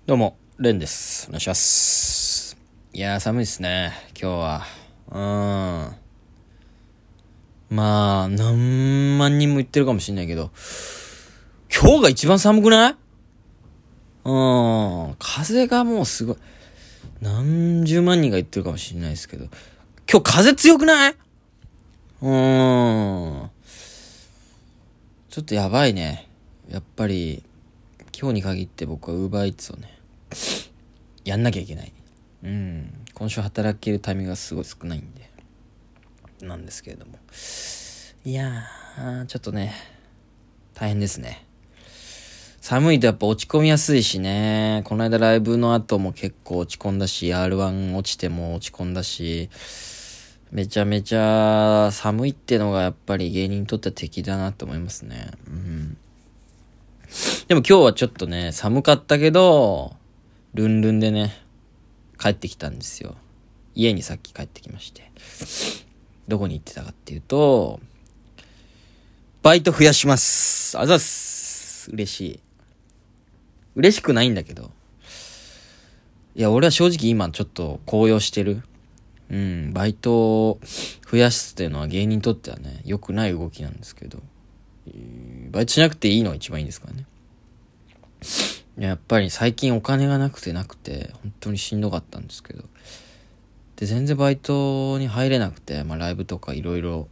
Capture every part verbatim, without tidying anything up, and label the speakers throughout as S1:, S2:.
S1: どうも、レンです。お願いします。いやー、寒いですね、今日は。うーん。まあ、何万人も言ってるかもしんないけど、今日が一番寒くない？うーん。風がもうすごい。何十万人が言ってるかもしんないですけど、今日風強くない？うーん。ちょっとやばいね。やっぱり、今日に限って僕は Uber Eats をね、やんなきゃいけない。うん。今週働けるタイミングがすごい少ないんで。なんですけれども。いやー、ちょっとね、大変ですね。寒いとやっぱ落ち込みやすいしね。この間ライブの後も結構落ち込んだし、アールワン 落ちても落ち込んだし、めちゃめちゃ寒いってのがやっぱり芸人にとっては敵だなと思いますね。うん。でも今日はちょっとね、寒かったけど、ルンルンでね、帰ってきたんですよ。家にさっき帰ってきまして。どこに行ってたかっていうと、バイト増やします。あざっす。嬉しい。嬉しくないんだけど。いや、俺は正直今ちょっと高揚してる。うん、バイトを増やすっていうのは芸人にとってはね、良くない動きなんですけど。バイトしなくていいのが一番いいんですからね。やっぱり最近お金がなくてなくて、本当にしんどかったんですけど。で、全然バイトに入れなくて、まあライブとかいろいろ。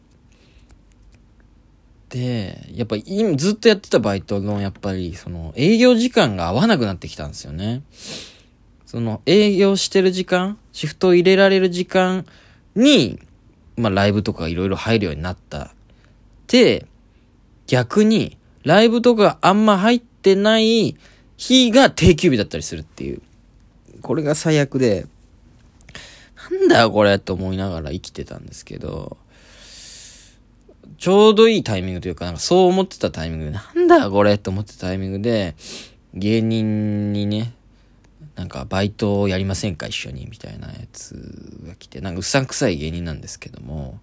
S1: で、やっぱ今ずっとやってたバイトのやっぱりその営業時間が合わなくなってきたんですよね。その営業してる時間、シフトを入れられる時間に、まあライブとかいろいろ入るようになった。で、逆にライブとかあんま入ってない日が定休日だったりするっていう。これが最悪で、なんだよこれと思いながら生きてたんですけど、ちょうどいいタイミングというか、なんかそう思ってたタイミングで、なんだよこれと思ってたタイミングで、芸人にね、なんかバイトをやりませんか一緒にみたいなやつが来て、なんかうさんくさい芸人なんですけども、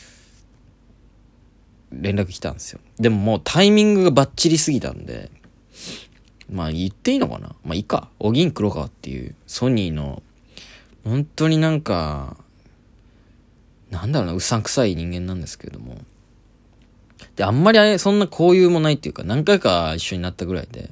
S1: 連絡来たんですよ。でももうタイミングがバッチリすぎたんで、まあ言っていいのかな、まあいいか。おぎん黒川っていうソニーの本当になんかなんだろうな、うさんくさい人間なんですけれども、であんまりそんな交友もないっていうか、何回か一緒になったぐらいで、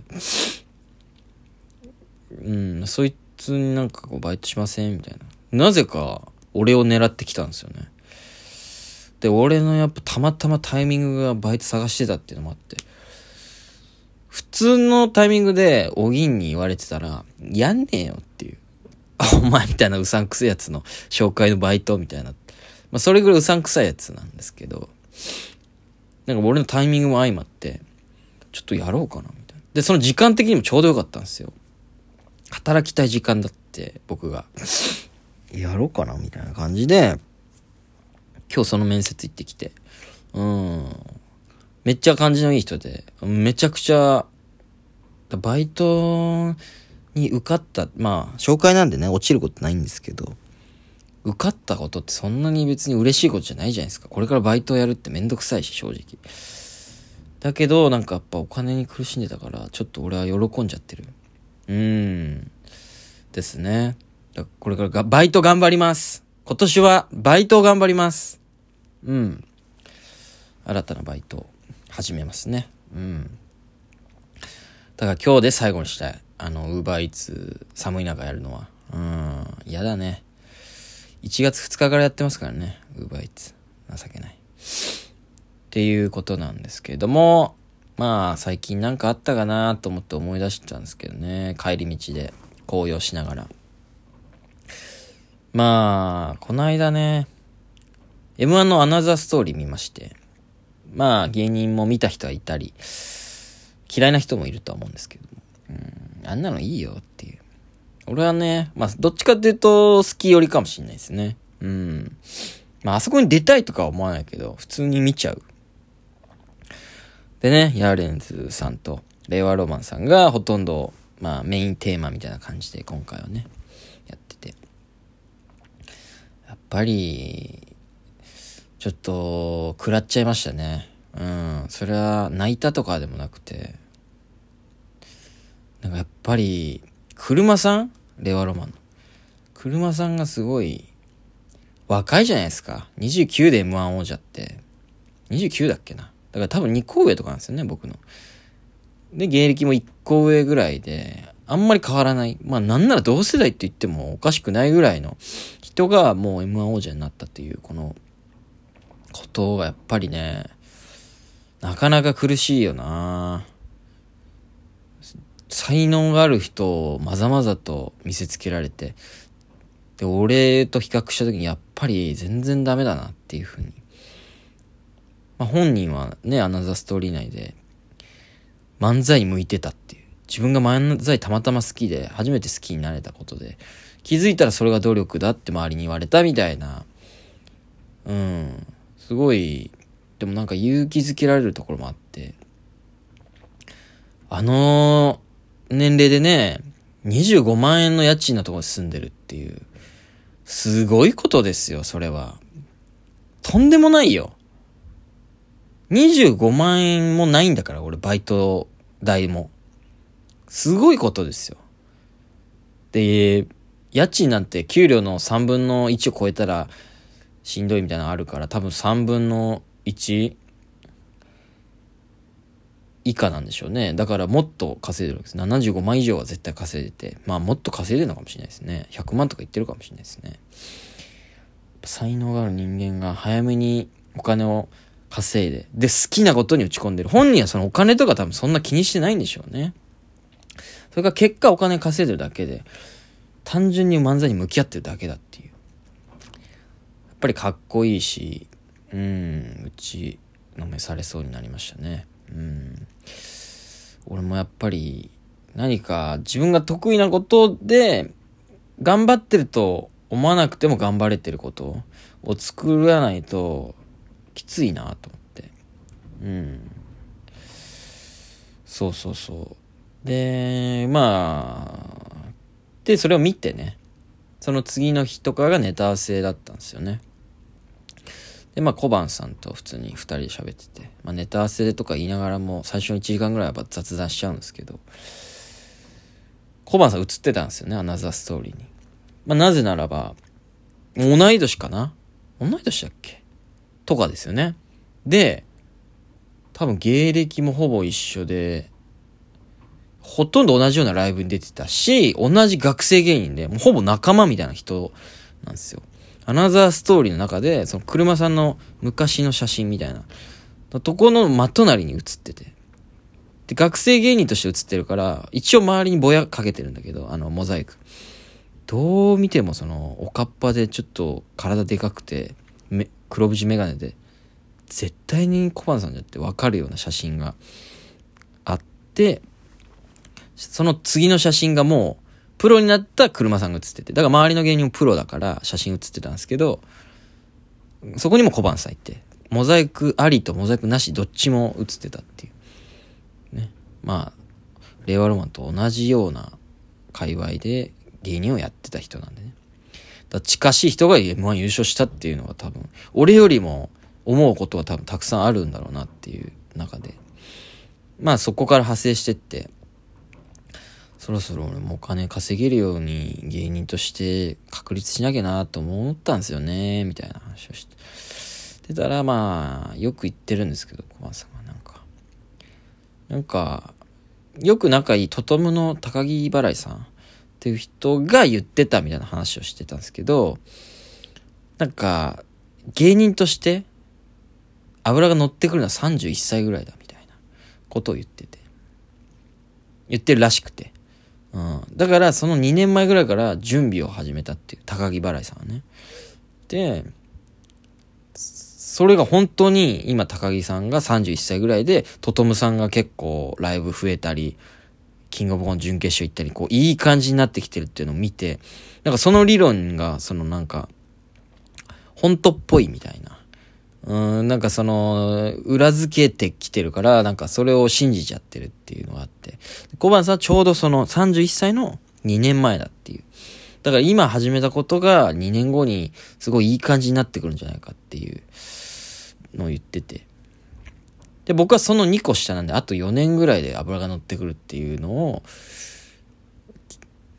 S1: うんそいつになんかこうバイトしませんみたいな、なぜか俺を狙ってきたんですよね。で俺のやっぱたまたまタイミングがバイト探してたっていうのもあって、普通のタイミングでおぎんに言われてたらやんねえよっていう、お前みたいなうさんくせえやつの紹介のバイトみたいな、まあそれぐらいうさんくさいやつなんですけど、なんか俺のタイミングも相まってちょっとやろうかなみたいな。でその時間的にもちょうどよかったんですよ。働きたい時間だって僕がやろうかなみたいな感じで、今日その面接行ってきて、うんめっちゃ感じのいい人で、めちゃくちゃバイトに受かった、まあ紹介なんでね落ちることないんですけど、受かったことってそんなに別に嬉しいことじゃないじゃないですか。これからバイトをやるってめんどくさいし正直。だけどなんかやっぱお金に苦しんでたからちょっと俺は喜んじゃってる。うーんですね。だこれからがバイト頑張ります。今年はバイトを頑張ります。うん新たなバイトを始めますね。うんだから今日で最後にしたい。あのウーバーイーツ寒い中やるのはうん嫌だね。いちがつふつかからやってますからね、ウーバーイーツ。情けないっていうことなんですけれども、まあ最近なんかあったかなと思って思い出したんですけどね、帰り道で紅葉しながら。まあこの間ね エムワン のアナザーストーリー見まして、まあ芸人も見た人はいたり嫌いな人もいるとは思うんですけども、うんあんなのいいよっていう。俺はね、まあどっちかっていうと好き寄りかもしれないですね。うんまああそこに出たいとかは思わないけど普通に見ちゃう。でね、ヤーレンズさんと令和ロマンさんがほとんどまあメインテーマみたいな感じで今回はねやってて、やっぱりちょっと食らっちゃいましたね。うんそれは泣いたとかでもなくて、なんかやっぱり車さん令和ロマンの。車さんがすごい若いじゃないですか。にじゅうきゅうで エムワン 王者って。にじゅうきゅうだっけな。だから多分にこ上とかなんですよね、僕の。で、芸歴もいっこ上ぐらいで、あんまり変わらない。まあなんなら同世代って言ってもおかしくないぐらいの人がもう エムワン 王者になったっていう、このことがやっぱりね、なかなか苦しいよな。才能がある人をまざまざと見せつけられて、で、俺と比較した時にやっぱり全然ダメだなっていうふうに。まあ、本人はね、アナザーストーリー内で漫才に向いてたっていう。自分が漫才たまたま好きで初めて好きになれたことで、気づいたらそれが努力だって周りに言われたみたいな。うん。すごい、でもなんか勇気づけられるところもあって、あの年齢でね、にじゅうごまん円の家賃のところに住んでるっていう、すごいことですよ、それは。とんでもないよ。にじゅうごまん円もないんだから、俺、バイト代も。すごいことですよ。で、家賃なんて給料のさんぶんのいちを超えたらしんどいみたいなのあるから、多分さんぶんのいち以下なんでしょうね。だからもっと稼いでるわけです。ななじゅうごまん以上は絶対稼いでて、まあもっと稼いでるのかもしれないですね。ひゃくまんとか言ってるかもしれないですね。才能がある人間が早めにお金を稼いで、で好きなことに打ち込んでる。本人はそのお金とか多分そんな気にしてないんでしょうね。それから結果お金稼いでるだけで、単純に漫才に向き合ってるだけだっていう。やっぱりかっこいいし、うん、打ちのめされそうになりましたね。うん、俺もやっぱり何か自分が得意なことで頑張ってると思わなくても頑張れてることを作らないときついなと思って。うん。そうそうそう。で、まあ、で、それを見てね、その次の日とかがネタ合わせだったんですよね。で、まあ、小判さんと普通に二人で喋ってて、まあ、ネタ合わせとか言いながらも、最初のいちじかんぐらいはやっぱ雑談しちゃうんですけど、小判さん映ってたんですよね、アナザーストーリーに。まあ、なぜならば、同い年かな同い年だっけとかですよね。で、多分芸歴もほぼ一緒で、ほとんど同じようなライブに出てたし、同じ学生芸人で、もうほぼ仲間みたいな人なんですよ。アナザーストーリーの中で、その車さんの昔の写真みたいな、とこの真隣に写ってて。で、学生芸人として写ってるから、一応周りにぼやかけてるんだけど、あの、モザイク。どう見てもその、おかっぱでちょっと体でかくて、め黒縁メガネで、絶対に小判さんじゃってわかるような写真があって、その次の写真がもう、プロになった車さんが写ってて、だから周りの芸人もプロだから写真写ってたんですけど、そこにも小判さんいて、モザイクありとモザイクなしどっちも写ってたっていう。ね。まあ、令和ロマンと同じような界隈で芸人をやってた人なんでね。だ近しい人が エムワン 優勝したっていうのは多分、俺よりも思うことは多分たくさんあるんだろうなっていう中で。まあそこから派生してって、そろそろ俺もお金稼げるように芸人として確立しなきゃなと思ったんですよね、みたいな話をして。でたらまあ、よく言ってるんですけど、小判さんがなんか。なんか、よく仲いいトトムの高木払いさんっていう人が言ってたみたいな話をしてたんですけど、なんか、芸人として油が乗ってくるのはさんじゅういっさいぐらいだみたいなことを言ってて。言ってるらしくて。うん、だからそのにねんまえぐらいから準備を始めたっていう高木払いさんはね。で、それが本当に今高木さんがさんじゅういっさいぐらいで、トトムさんが結構ライブ増えたり、キングオブコント準決勝行ったり、こういい感じになってきてるっていうのを見て、なんかその理論がそのなんか本当っぽいみたいな。うん、なんかその、裏付けてきてるから、なんかそれを信じちゃってるっていうのがあって。小判さんはちょうどそのさんじゅういっさいのにねんまえだっていう。だから今始めたことがにねんごにすごいいい感じになってくるんじゃないかっていうのを言ってて。で、僕はそのにこ下なんで、あとよねんぐらいで油が乗ってくるっていうのを、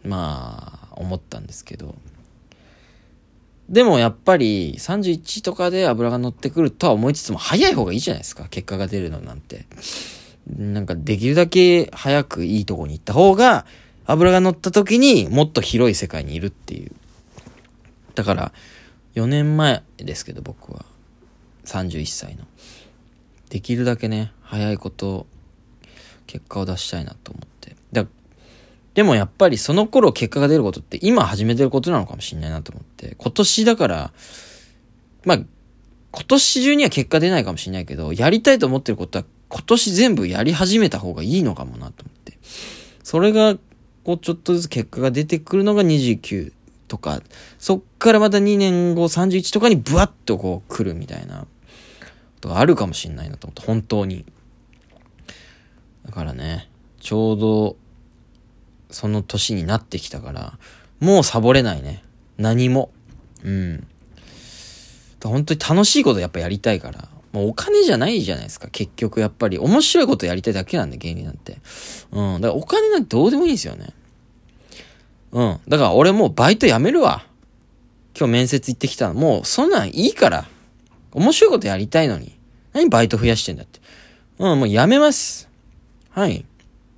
S1: まあ思ったんですけど、でもやっぱりさんじゅういちとかで油が乗ってくるとは思いつつも、早い方がいいじゃないですか、結果が出るのなんて。なんかできるだけ早くいいとこに行った方が、油が乗った時にもっと広い世界にいるっていう。だからよねんまえですけど、僕はさんじゅういっさいの、できるだけね早いこと結果を出したいなと思って。だでもやっぱりその頃結果が出ることって今始めてることなのかもしれないなと思って、今年だからまあ今年中には結果出ないかもしれないけど、やりたいと思ってることは今年全部やり始めた方がいいのかもなと思って、それがこうちょっとずつ結果が出てくるのがにじゅうきゅうとか、そっからまたにねんごさんじゅういちとかにブワッとこう来るみたいなことがあるかもしれないなと思って、本当に。だからね、ちょうどその年になってきたから、もうサボれないね、何も。うん本当に楽しいことやっぱやりたいから、もうお金じゃないじゃないですか、結局。やっぱり面白いことやりたいだけなんで、芸人なんて。うんだからお金なんてどうでもいいんですよね。うんだから俺もうバイトやめるわ。今日面接行ってきたの、もうそんなんいいから。面白いことやりたいのに何バイト増やしてんだって。うんもうやめます。はい。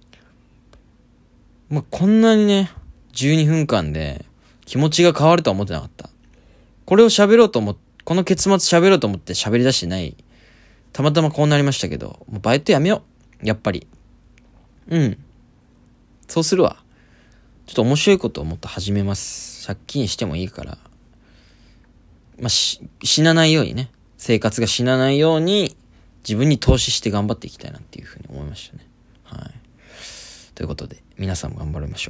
S1: もうこんなにねじゅうにふんかんで気持ちが変わるとは思ってなかった。これを喋ろうと思ってこの結末喋ろうと思って喋り出してない。たまたまこうなりましたけど、もうバイトやめよう。やっぱり。うん。そうするわ。ちょっと面白いことをもっと始めます。借金してもいいから。まあ、し、死なないようにね。生活が死なないように自分に投資して頑張っていきたいなっていうふうに思いましたね。はい。ということで、皆さんも頑張りましょう。